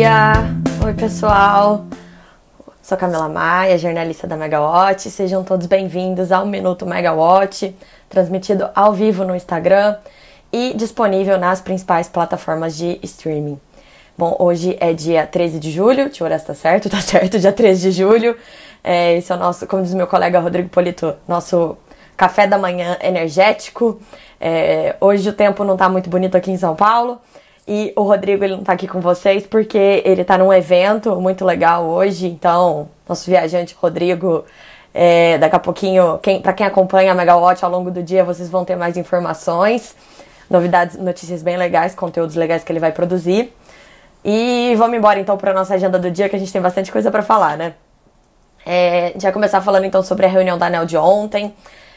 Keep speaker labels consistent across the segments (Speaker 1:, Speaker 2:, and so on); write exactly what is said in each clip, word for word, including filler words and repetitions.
Speaker 1: dia! Oi, pessoal! Sou Camila Maia, jornalista da Megawatt. Sejam todos bem-vindos ao Minuto Megawatt, transmitido ao vivo no Instagram e disponível nas principais plataformas de streaming. Bom, hoje é dia treze de julho, deixa eu olhar se tá certo, tá certo, dia treze de julho. É, esse é o nosso, como diz meu colega Rodrigo Polito, nosso café da manhã energético. É, hoje o tempo não tá muito bonito aqui em São Paulo. E o Rodrigo, ele não tá aqui com vocês porque ele tá num evento muito legal hoje. Então, nosso viajante Rodrigo, é, daqui a pouquinho, quem, pra quem acompanha a Megawatt ao longo do dia, vocês vão ter mais informações, novidades, notícias bem legais, conteúdos legais que ele vai produzir. E vamos embora então pra nossa agenda do dia, que a gente tem bastante coisa pra falar, né? É, a gente vai começar falando então sobre a reunião da ANEEL de ontem.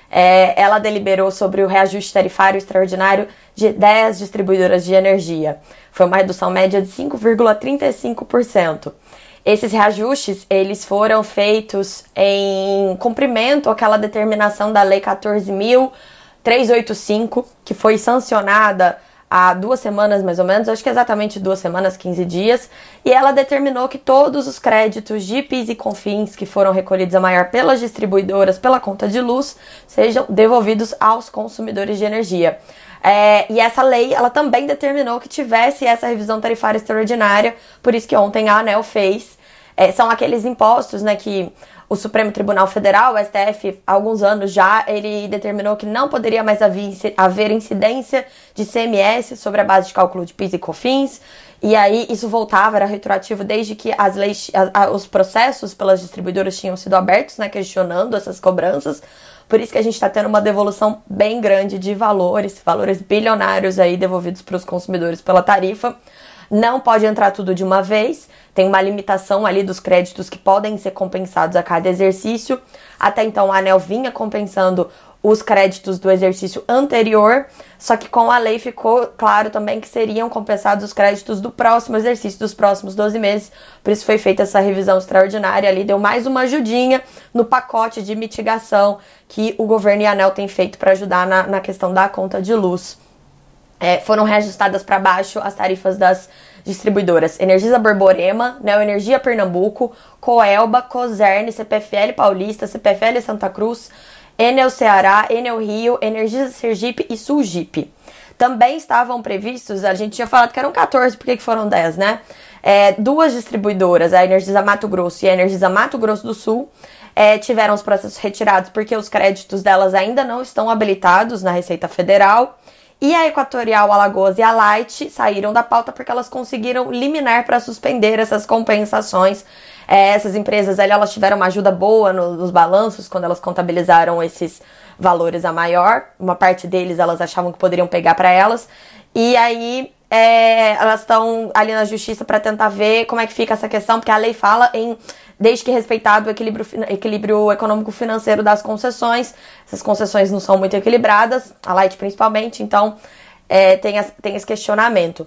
Speaker 1: É, ela deliberou sobre o reajuste tarifário extraordinário de dez distribuidoras de energia. Foi uma redução média de cinco vírgula trinta e cinco por cento. Esses reajustes, eles foram feitos em cumprimento àquela determinação da Lei quatorze mil trezentos e oitenta e cinco, que foi sancionada há duas semanas mais ou menos, acho que exatamente duas semanas, quinze dias, e ela determinou que todos os créditos de PIS e COFINS que foram recolhidos a maior pelas distribuidoras pela conta de luz sejam devolvidos aos consumidores de energia. É, e essa lei, ela também determinou que tivesse essa revisão tarifária extraordinária, por isso que ontem a ANEEL fez. É, são aqueles impostos, né, que o Supremo Tribunal Federal, o S T F, há alguns anos já, ele determinou que não poderia mais haver incidência de C M S sobre a base de cálculo de PIS e COFINS, e aí isso voltava, era retroativo desde que as leis, a, a, os processos pelas distribuidoras tinham sido abertos, né, questionando essas cobranças. Por isso que a gente está tendo uma devolução bem grande de valores, valores bilionários aí devolvidos para os consumidores pela tarifa. Não pode entrar tudo de uma vez, tem uma limitação ali dos créditos que podem ser compensados a cada exercício. Até então a ANEEL vinha compensando os créditos do exercício anterior, só que com a lei ficou claro também que seriam compensados os créditos do próximo exercício, dos próximos doze meses. Por isso foi feita essa revisão extraordinária ali, deu mais uma ajudinha no pacote de mitigação que o governo e a ANEEL têm feito para ajudar na, na questão da conta de luz. É, foram reajustadas para baixo as tarifas das distribuidoras Energisa Borborema, Neoenergia Pernambuco, Coelba, Cosern, C P F L Paulista, C P F L Santa Cruz, Enel Ceará, Enel Rio, Energisa Sergipe e Sulgipe. Também estavam previstos, a gente tinha falado que eram quatorze, por que que foram dez, né? É, duas distribuidoras, a Energisa Mato Grosso e a Energisa Mato Grosso do Sul, é, tiveram os processos retirados porque os créditos delas ainda não estão habilitados na Receita Federal. E a Equatorial, Alagoas e a Light saíram da pauta porque elas conseguiram liminar para suspender essas compensações. É, essas empresas ali, elas tiveram uma ajuda boa no, nos balanços quando elas contabilizaram esses valores a maior. Uma parte deles elas achavam que poderiam pegar para elas. E aí é, elas estão ali na justiça para tentar ver como é que fica essa questão, porque a lei fala em desde que respeitado o equilíbrio, equilíbrio econômico-financeiro das concessões. Essas concessões não são muito equilibradas, a Light principalmente, então é, tem, as, tem esse questionamento.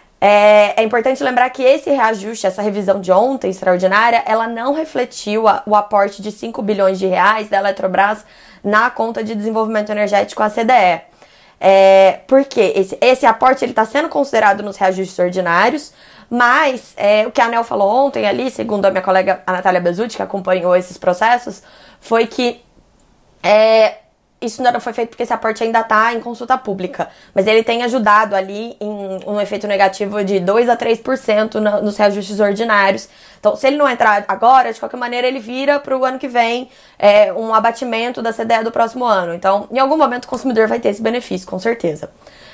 Speaker 1: É, é importante lembrar que esse reajuste, essa revisão de ontem, extraordinária, ela não refletiu a, o aporte de cinco bilhões de reais da Eletrobras na conta de desenvolvimento energético, a C D E. É, porque esse, esse aporte está sendo considerado nos reajustes ordinários, mas é, o que a ANEEL falou ontem ali, segundo a minha colega a Natália Bezutti, que acompanhou esses processos, foi que é, isso não foi feito porque esse aporte ainda está em consulta pública, mas ele tem ajudado ali em um efeito negativo de dois a três por cento no, nos reajustes ordinários. Então, se ele não entrar agora, de qualquer maneira, ele vira para o ano que vem é, um abatimento da C D E do próximo ano. Então, em algum momento, o consumidor vai ter esse benefício, com certeza.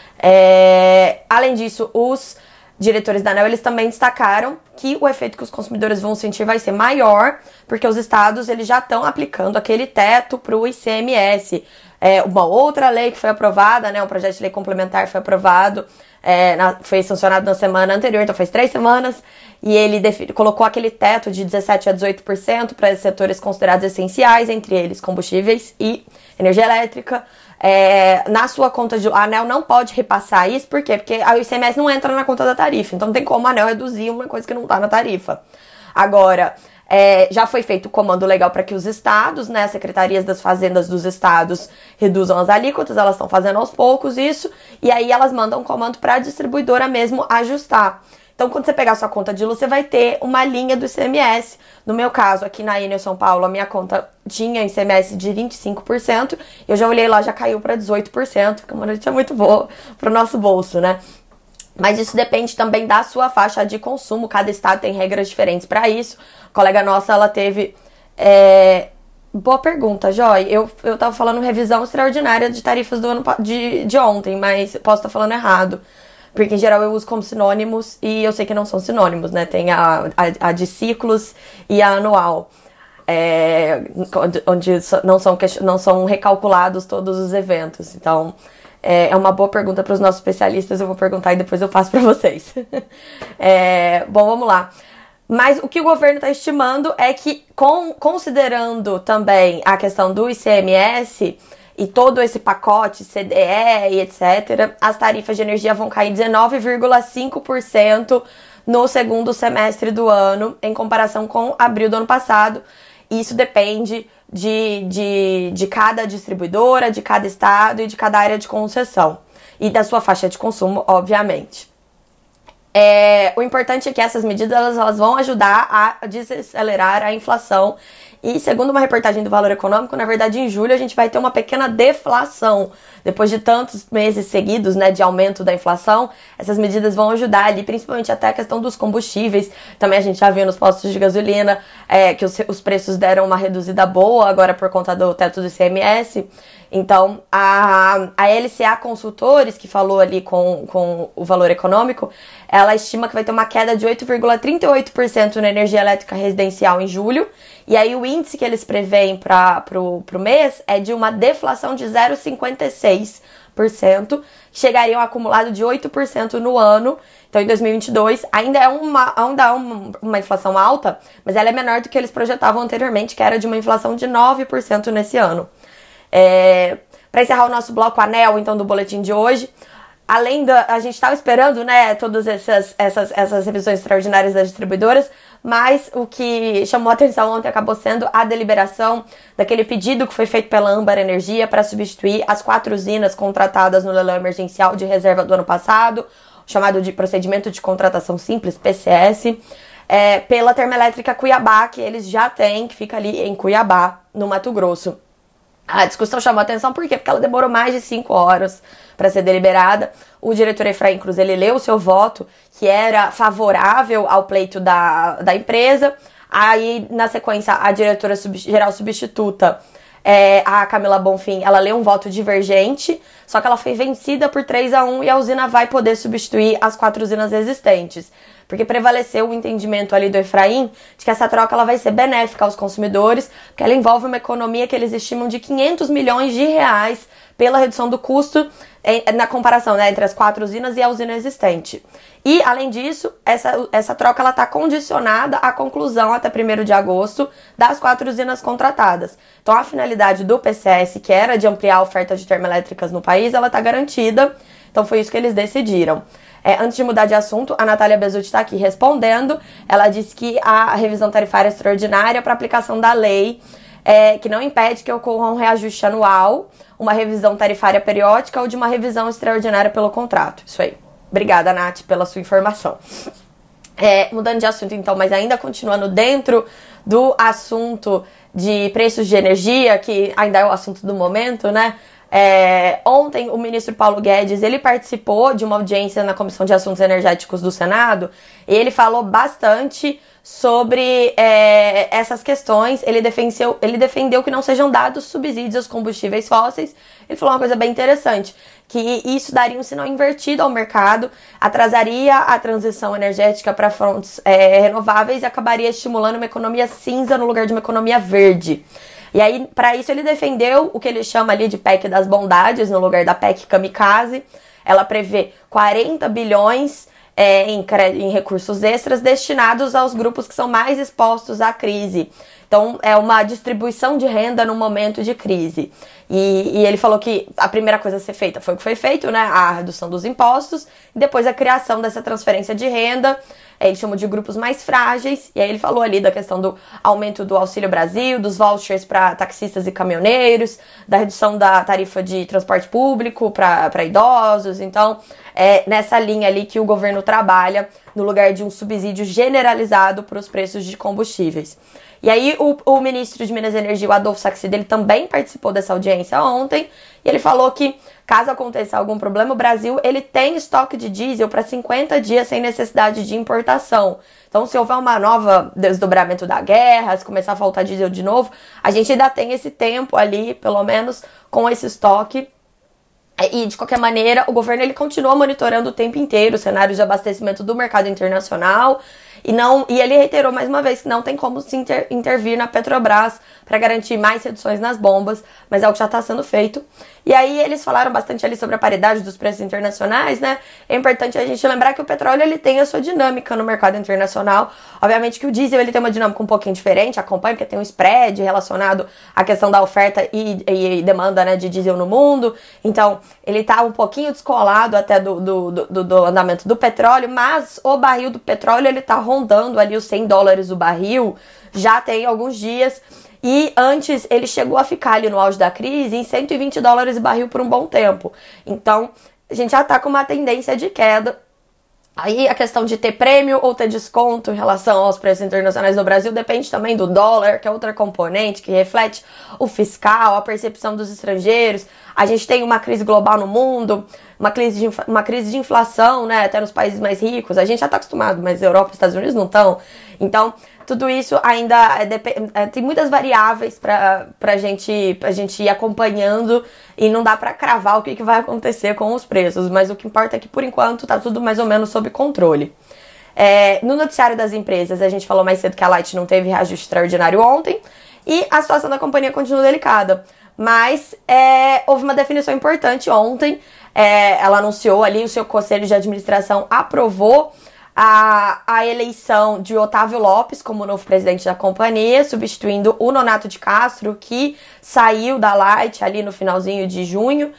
Speaker 1: É, além disso, os diretores da ANEEL, eles também destacaram que o efeito que os consumidores vão sentir vai ser maior, porque os estados eles já estão aplicando aquele teto para o I C M S. É, uma outra lei que foi aprovada, né, um projeto de lei complementar foi aprovado, é, na, foi sancionado na semana anterior, então faz três semanas, e ele defini, colocou aquele teto de dezessete a dezoito por cento para setores considerados essenciais, entre eles combustíveis e energia elétrica. É, na sua conta de... A ANEEL não pode repassar isso, por quê? Porque o I C M S não entra na conta da tarifa, então não tem como a ANEEL reduzir uma coisa que não está na tarifa. Agora, é, já foi feito o comando legal para que os estados, né, as secretarias das fazendas dos estados reduzam as alíquotas, elas estão fazendo aos poucos isso, e aí elas mandam um comando para a distribuidora mesmo ajustar. Então, quando você pegar a sua conta de luz, você vai ter uma linha do I C M S. No meu caso, aqui na Enel São Paulo, a minha conta tinha I C M S de vinte e cinco por cento. Eu já olhei lá, já caiu para dezoito por cento, que é uma notícia muito boa para o nosso bolso, né? Mas isso depende também da sua faixa de consumo. Cada estado tem regras diferentes para isso. A colega nossa, ela teve... É... Boa pergunta, Joy. Eu, eu tava falando revisão extraordinária de tarifas do ano de, de ontem, mas posso estar falando errado. Porque, em geral, eu uso como sinônimos e eu sei que não são sinônimos, né? Tem a, a, a de ciclos e a anual, é, onde não são, não são recalculados todos os eventos. Então, é, é uma boa pergunta para os nossos especialistas. Eu vou perguntar e depois eu faço para vocês. É, bom, vamos lá. Mas o que o governo está estimando é que, com, considerando também a questão do I C M S... e todo esse pacote, C D E e etcétera, as tarifas de energia vão cair dezenove vírgula cinco por cento no segundo semestre do ano, em comparação com abril do ano passado. Isso depende de, de, de cada distribuidora, de cada estado e de cada área de concessão. E da sua faixa de consumo, obviamente. É, o importante é que essas medidas elas, elas vão ajudar a desacelerar a inflação. E segundo uma reportagem do Valor Econômico, na verdade em julho a gente vai ter uma pequena deflação. Depois de tantos meses seguidos, né, de aumento da inflação, essas medidas vão ajudar ali, principalmente até a questão dos combustíveis. Também a gente já viu nos postos de gasolina é, que os, os preços deram uma reduzida boa agora por conta do teto do I C M S. Então, a, a L C A Consultores, que falou ali com, com o Valor Econômico, ela estima que vai ter uma queda de oito vírgula trinta e oito por cento na energia elétrica residencial em julho. E aí o índice que eles preveem para pro, pro mês é de uma deflação de zero vírgula cinquenta e seis por cento, chegaria a um acumulado de oito por cento no ano. Então, em dois mil e vinte e dois, ainda é uma, ainda é uma, uma inflação alta, mas ela é menor do que eles projetavam anteriormente, que era de uma inflação de nove por cento nesse ano. É, para encerrar o nosso bloco anel, então, do boletim de hoje, além da... A gente estava esperando, né, todas essas, essas, essas revisões extraordinárias das distribuidoras, mas o que chamou a atenção ontem acabou sendo a deliberação daquele pedido que foi feito pela Âmbar Energia para substituir as quatro usinas contratadas no leilão emergencial de reserva do ano passado, chamado de procedimento de contratação simples, P C S, é, pela Termoelétrica Cuiabá, que eles já têm, que fica ali em Cuiabá, no Mato Grosso. A discussão chamou a atenção por quê? Porque ela demorou mais de cinco horas para ser deliberada. O diretor Efraim Cruz, ele leu o seu voto, que era favorável ao pleito da, da empresa. Aí, na sequência, a diretora sub, geral substituta, é, a Camila Bonfim, ela leu um voto divergente, só que ela foi vencida por três a um e a usina vai poder substituir as quatro usinas existentes. Porque prevaleceu o entendimento ali do Efraim de que essa troca ela vai ser benéfica aos consumidores, porque ela envolve uma economia que eles estimam de quinhentos milhões de reais pela redução do custo na comparação, né, entre as quatro usinas e a usina existente. E, além disso, essa, essa troca está condicionada à conclusão até primeiro de agosto das quatro usinas contratadas. Então, a finalidade do P C S, que era de ampliar a oferta de termoelétricas no país, ela está garantida. Então, foi isso que eles decidiram. É, antes de mudar de assunto, a Natália Bezutti está aqui respondendo. Ela disse que a revisão tarifária extraordinária para aplicação da lei, é, que não impede que ocorra um reajuste anual, uma revisão tarifária periódica ou de uma revisão extraordinária pelo contrato. Isso aí. Obrigada, Nath, pela sua informação. É, mudando de assunto, então, mas ainda continuando dentro do assunto de preços de energia, que ainda é o assunto do momento, né? É, ontem o ministro Paulo Guedes, ele participou de uma audiência na Comissão de Assuntos Energéticos do Senado e ele falou bastante sobre é, essas questões. Ele defendeu, ele defendeu que não sejam dados subsídios aos combustíveis fósseis. Ele falou uma coisa bem interessante, que isso daria um sinal invertido ao mercado, atrasaria a transição energética para fontes é, renováveis e acabaria estimulando uma economia cinza no lugar de uma economia verde. E aí, para isso, ele defendeu o que ele chama ali de P E C das bondades, no lugar da P E C kamikaze. Ela prevê quarenta bilhões é, em, em recursos extras destinados aos grupos que são mais expostos à crise. Então, é uma distribuição de renda no momento de crise. E, e ele falou que a primeira coisa a ser feita foi o que foi feito, né? A redução dos impostos, e depois a criação dessa transferência de renda. Ele chamou de grupos mais frágeis, e aí ele falou ali da questão do aumento do Auxílio Brasil, dos vouchers para taxistas e caminhoneiros, da redução da tarifa de transporte público para idosos. Então, é nessa linha ali que o governo trabalha, no lugar de um subsídio generalizado para os preços de combustíveis. E aí o, o ministro de Minas e Energia, o Adolfo Saxida, ele também participou dessa audiência ontem, e ele falou que, caso aconteça algum problema, o Brasil ele tem estoque de diesel para cinquenta dias sem necessidade de importação. Então, se houver uma nova desdobramento da guerra, se começar a faltar diesel de novo, a gente ainda tem esse tempo ali, pelo menos, com esse estoque. E, de qualquer maneira, o governo ele continua monitorando o tempo inteiro o cenário de abastecimento do mercado internacional. E, não, e ele reiterou mais uma vez que não tem como se inter, intervir na Petrobras para garantir mais reduções nas bombas, mas é o que já está sendo feito. E aí eles falaram bastante ali sobre a paridade dos preços internacionais, né? É importante a gente lembrar que o petróleo ele tem a sua dinâmica no mercado internacional. Obviamente que o diesel ele tem uma dinâmica um pouquinho diferente, acompanha porque tem um spread relacionado à questão da oferta e, e, e demanda, né, de diesel no mundo. Então ele está um pouquinho descolado até do, do, do, do andamento do petróleo, mas o barril do petróleo ele está rondando ali os cem dólares o barril já tem alguns dias. E antes ele chegou a ficar ali no auge da crise em cento e vinte dólares o barril por um bom tempo. Então a gente já tá com uma tendência de queda. Aí a questão de ter prêmio ou ter desconto em relação aos preços internacionais no Brasil depende também do dólar, que é outra componente que reflete o fiscal, a percepção dos estrangeiros. A gente tem uma crise global no mundo, uma crise de, uma crise de inflação, né, até nos países mais ricos. A gente já tá acostumado, mas Europa e Estados Unidos não estão. Então, tudo isso ainda é, é, tem muitas variáveis para a gente, a gente ir acompanhando e não dá para cravar o que, que vai acontecer com os preços. Mas o que importa é que, por enquanto, tá tudo mais ou menos sob controle. É, no noticiário das empresas, a gente falou mais cedo que a Light não teve reajuste extraordinário ontem e a situação da companhia continua delicada. Mas é, houve uma definição importante ontem. É, ela anunciou ali, o seu conselho de administração aprovou A, a eleição de Otávio Lopes como novo presidente da companhia, substituindo o Nonato de Castro, que saiu da Light ali no finalzinho de junho.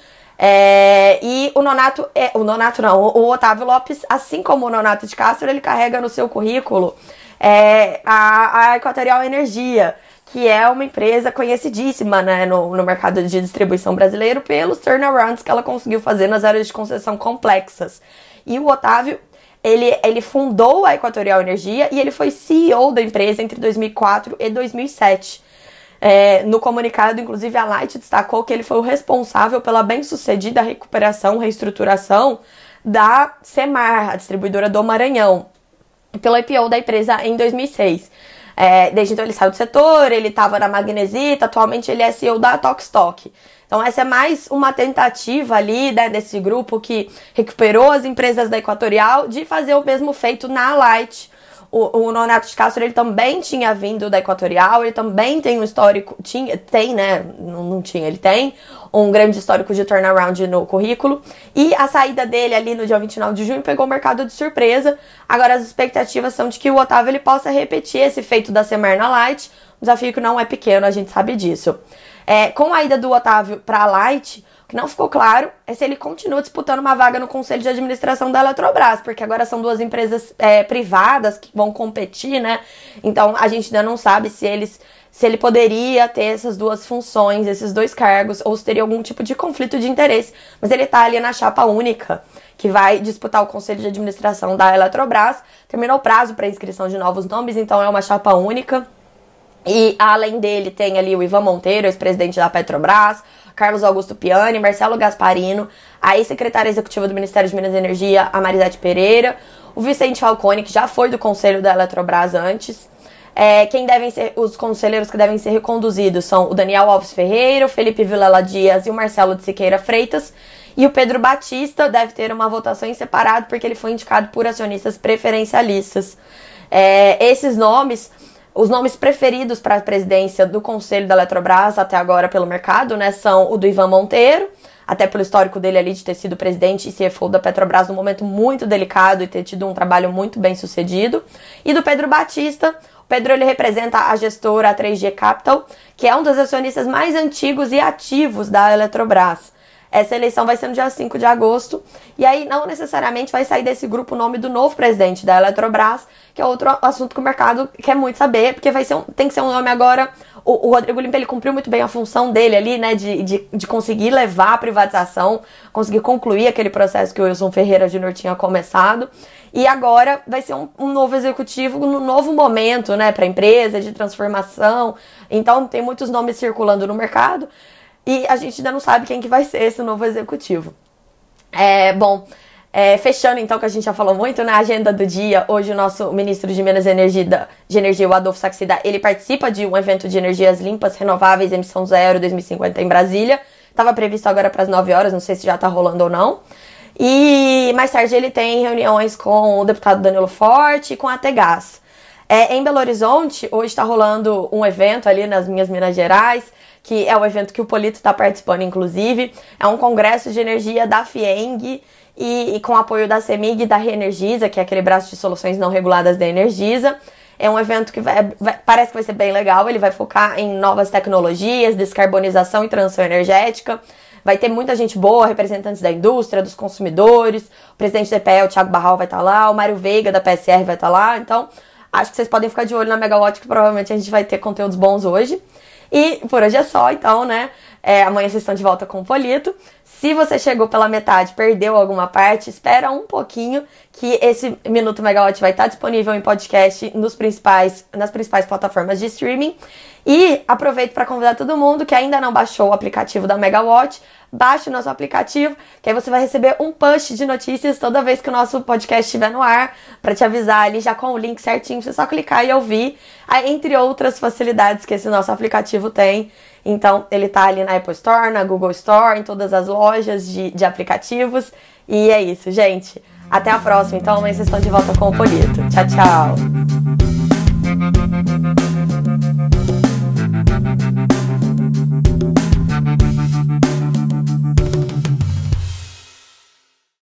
Speaker 1: É, e o Nonato, é, o Nonato não, o Otávio Lopes, assim como o Nonato de Castro, ele carrega no seu currículo é, a, a Equatorial Energia, que é uma empresa conhecidíssima, né, no, no mercado de distribuição brasileiro pelos turnarounds que ela conseguiu fazer nas áreas de concessão complexas. E o Otávio Ele, ele fundou a Equatorial Energia e ele foi C E O da empresa entre dois mil e quatro e dois mil e sete. É, no comunicado, inclusive, a Light destacou que ele foi o responsável pela bem-sucedida recuperação, reestruturação da Semar, a distribuidora do Maranhão, pelo I P O da empresa em dois mil e seis. É, desde então ele saiu do setor, ele estava na Magnesita, atualmente ele é C E O da Tokstok. Então essa é mais uma tentativa ali, né, desse grupo que recuperou as empresas da Equatorial de fazer o mesmo feito na Light. O, o Nonato de Castro, ele também tinha vindo da Equatorial, ele também tem um histórico, tinha, tem, né, não, não tinha, ele tem um grande histórico de turnaround no currículo. E a saída dele ali no dia vinte e nove de junho pegou o mercado de surpresa. Agora as expectativas são de que o Otávio ele possa repetir esse feito da Semar na Light. Um desafio que não é pequeno, a gente sabe disso. É, com a ida do Otávio para a Light, o que não ficou claro é se ele continua disputando uma vaga no Conselho de Administração da Eletrobras, porque agora são duas empresas é, privadas que vão competir, né? Então a gente ainda não sabe se, eles, se ele poderia ter essas duas funções, esses dois cargos, ou se teria algum tipo de conflito de interesse. Mas ele tá ali na chapa única, que vai disputar o Conselho de Administração da Eletrobras. Terminou o prazo para inscrição de novos nomes, então é uma chapa única. E além dele tem ali o Ivan Monteiro, ex-presidente da Petrobras, Carlos Augusto Piani, Marcelo Gasparino, a ex-secretária executiva do Ministério de Minas e Energia, a Marisete Pereira, o Vicente Falcone, que já foi do Conselho da Eletrobras antes. É, quem devem ser, os conselheiros que devem ser reconduzidos são o Daniel Alves Ferreira, o Felipe Vilela Dias e o Marcelo de Siqueira Freitas. E o Pedro Batista deve ter uma votação em separado porque ele foi indicado por acionistas preferencialistas. É, esses nomes... Os nomes preferidos para a presidência do Conselho da Eletrobras até agora pelo mercado, né, são o do Ivan Monteiro, até pelo histórico dele ali de ter sido presidente e C F O da Petrobras num momento muito delicado e ter tido um trabalho muito bem sucedido, e do Pedro Batista, Pedro, ele representa a gestora três G Capital, que é um dos acionistas mais antigos e ativos da Eletrobras. Essa eleição vai ser no dia cinco de agosto, e aí não necessariamente vai sair desse grupo o nome do novo presidente da Eletrobras, que é outro assunto que o mercado quer muito saber, porque vai ser um, tem que ser um nome agora. O, o Rodrigo Limpe, ele cumpriu muito bem a função dele ali, né, de, de, de conseguir levar a privatização, conseguir concluir aquele processo que o Wilson Ferreira Júnior tinha começado, e agora vai ser um, um novo executivo no novo momento, né, para a empresa, de transformação. Então tem muitos nomes circulando no mercado, e a gente ainda não sabe quem que vai ser esse novo executivo. É, bom, é, fechando então, que a gente já falou muito, na agenda do dia, hoje o nosso ministro de Minas e Energia, de Energia, o Adolfo Saxida, ele participa de um evento de energias limpas, renováveis, emissão zero, dois mil e cinquenta em Brasília. Estava previsto agora para as nove horas, não sei se já está rolando ou não. E mais tarde ele tem reuniões com o deputado Danilo Forte e com a Tegás. É, em Belo Horizonte, hoje está rolando um evento ali nas minhas Minas Gerais, que é o evento que o Polito está participando, inclusive. É um congresso de energia da FIENG e, e com apoio da CEMIG e da Reenergiza, que é aquele braço de soluções não reguladas da Energisa. É um evento que vai, vai, parece que vai ser bem legal. Ele vai focar em novas tecnologias, descarbonização e transição energética. Vai ter muita gente boa, representantes da indústria, dos consumidores. O presidente da E P E, o Thiago Barral, vai estar lá. O Mário Veiga, da P S R, vai estar lá. Então, acho que vocês podem ficar de olho na Megawatt, que provavelmente a gente vai ter conteúdos bons hoje. E por hoje é só, então, né? É, amanhã vocês estão de volta com o Polito. Se você chegou pela metade, perdeu alguma parte, espera um pouquinho, que esse Minuto Megawatt vai estar disponível em podcast nos principais, nas principais plataformas de streaming. E aproveito para convidar todo mundo que ainda não baixou o aplicativo da Megawatt, baixe o nosso aplicativo, que aí você vai receber um push de notícias toda vez que o nosso podcast estiver no ar, para te avisar ali já com o link certinho, você só clicar e ouvir, aí, entre outras facilidades que esse nosso aplicativo tem. Então, ele tá ali na Apple Store, na Google Store, em todas as lojas de, de aplicativos. E é isso, gente. Até a próxima. Então, amanhã vocês estão de volta com o Polito. Tchau, tchau.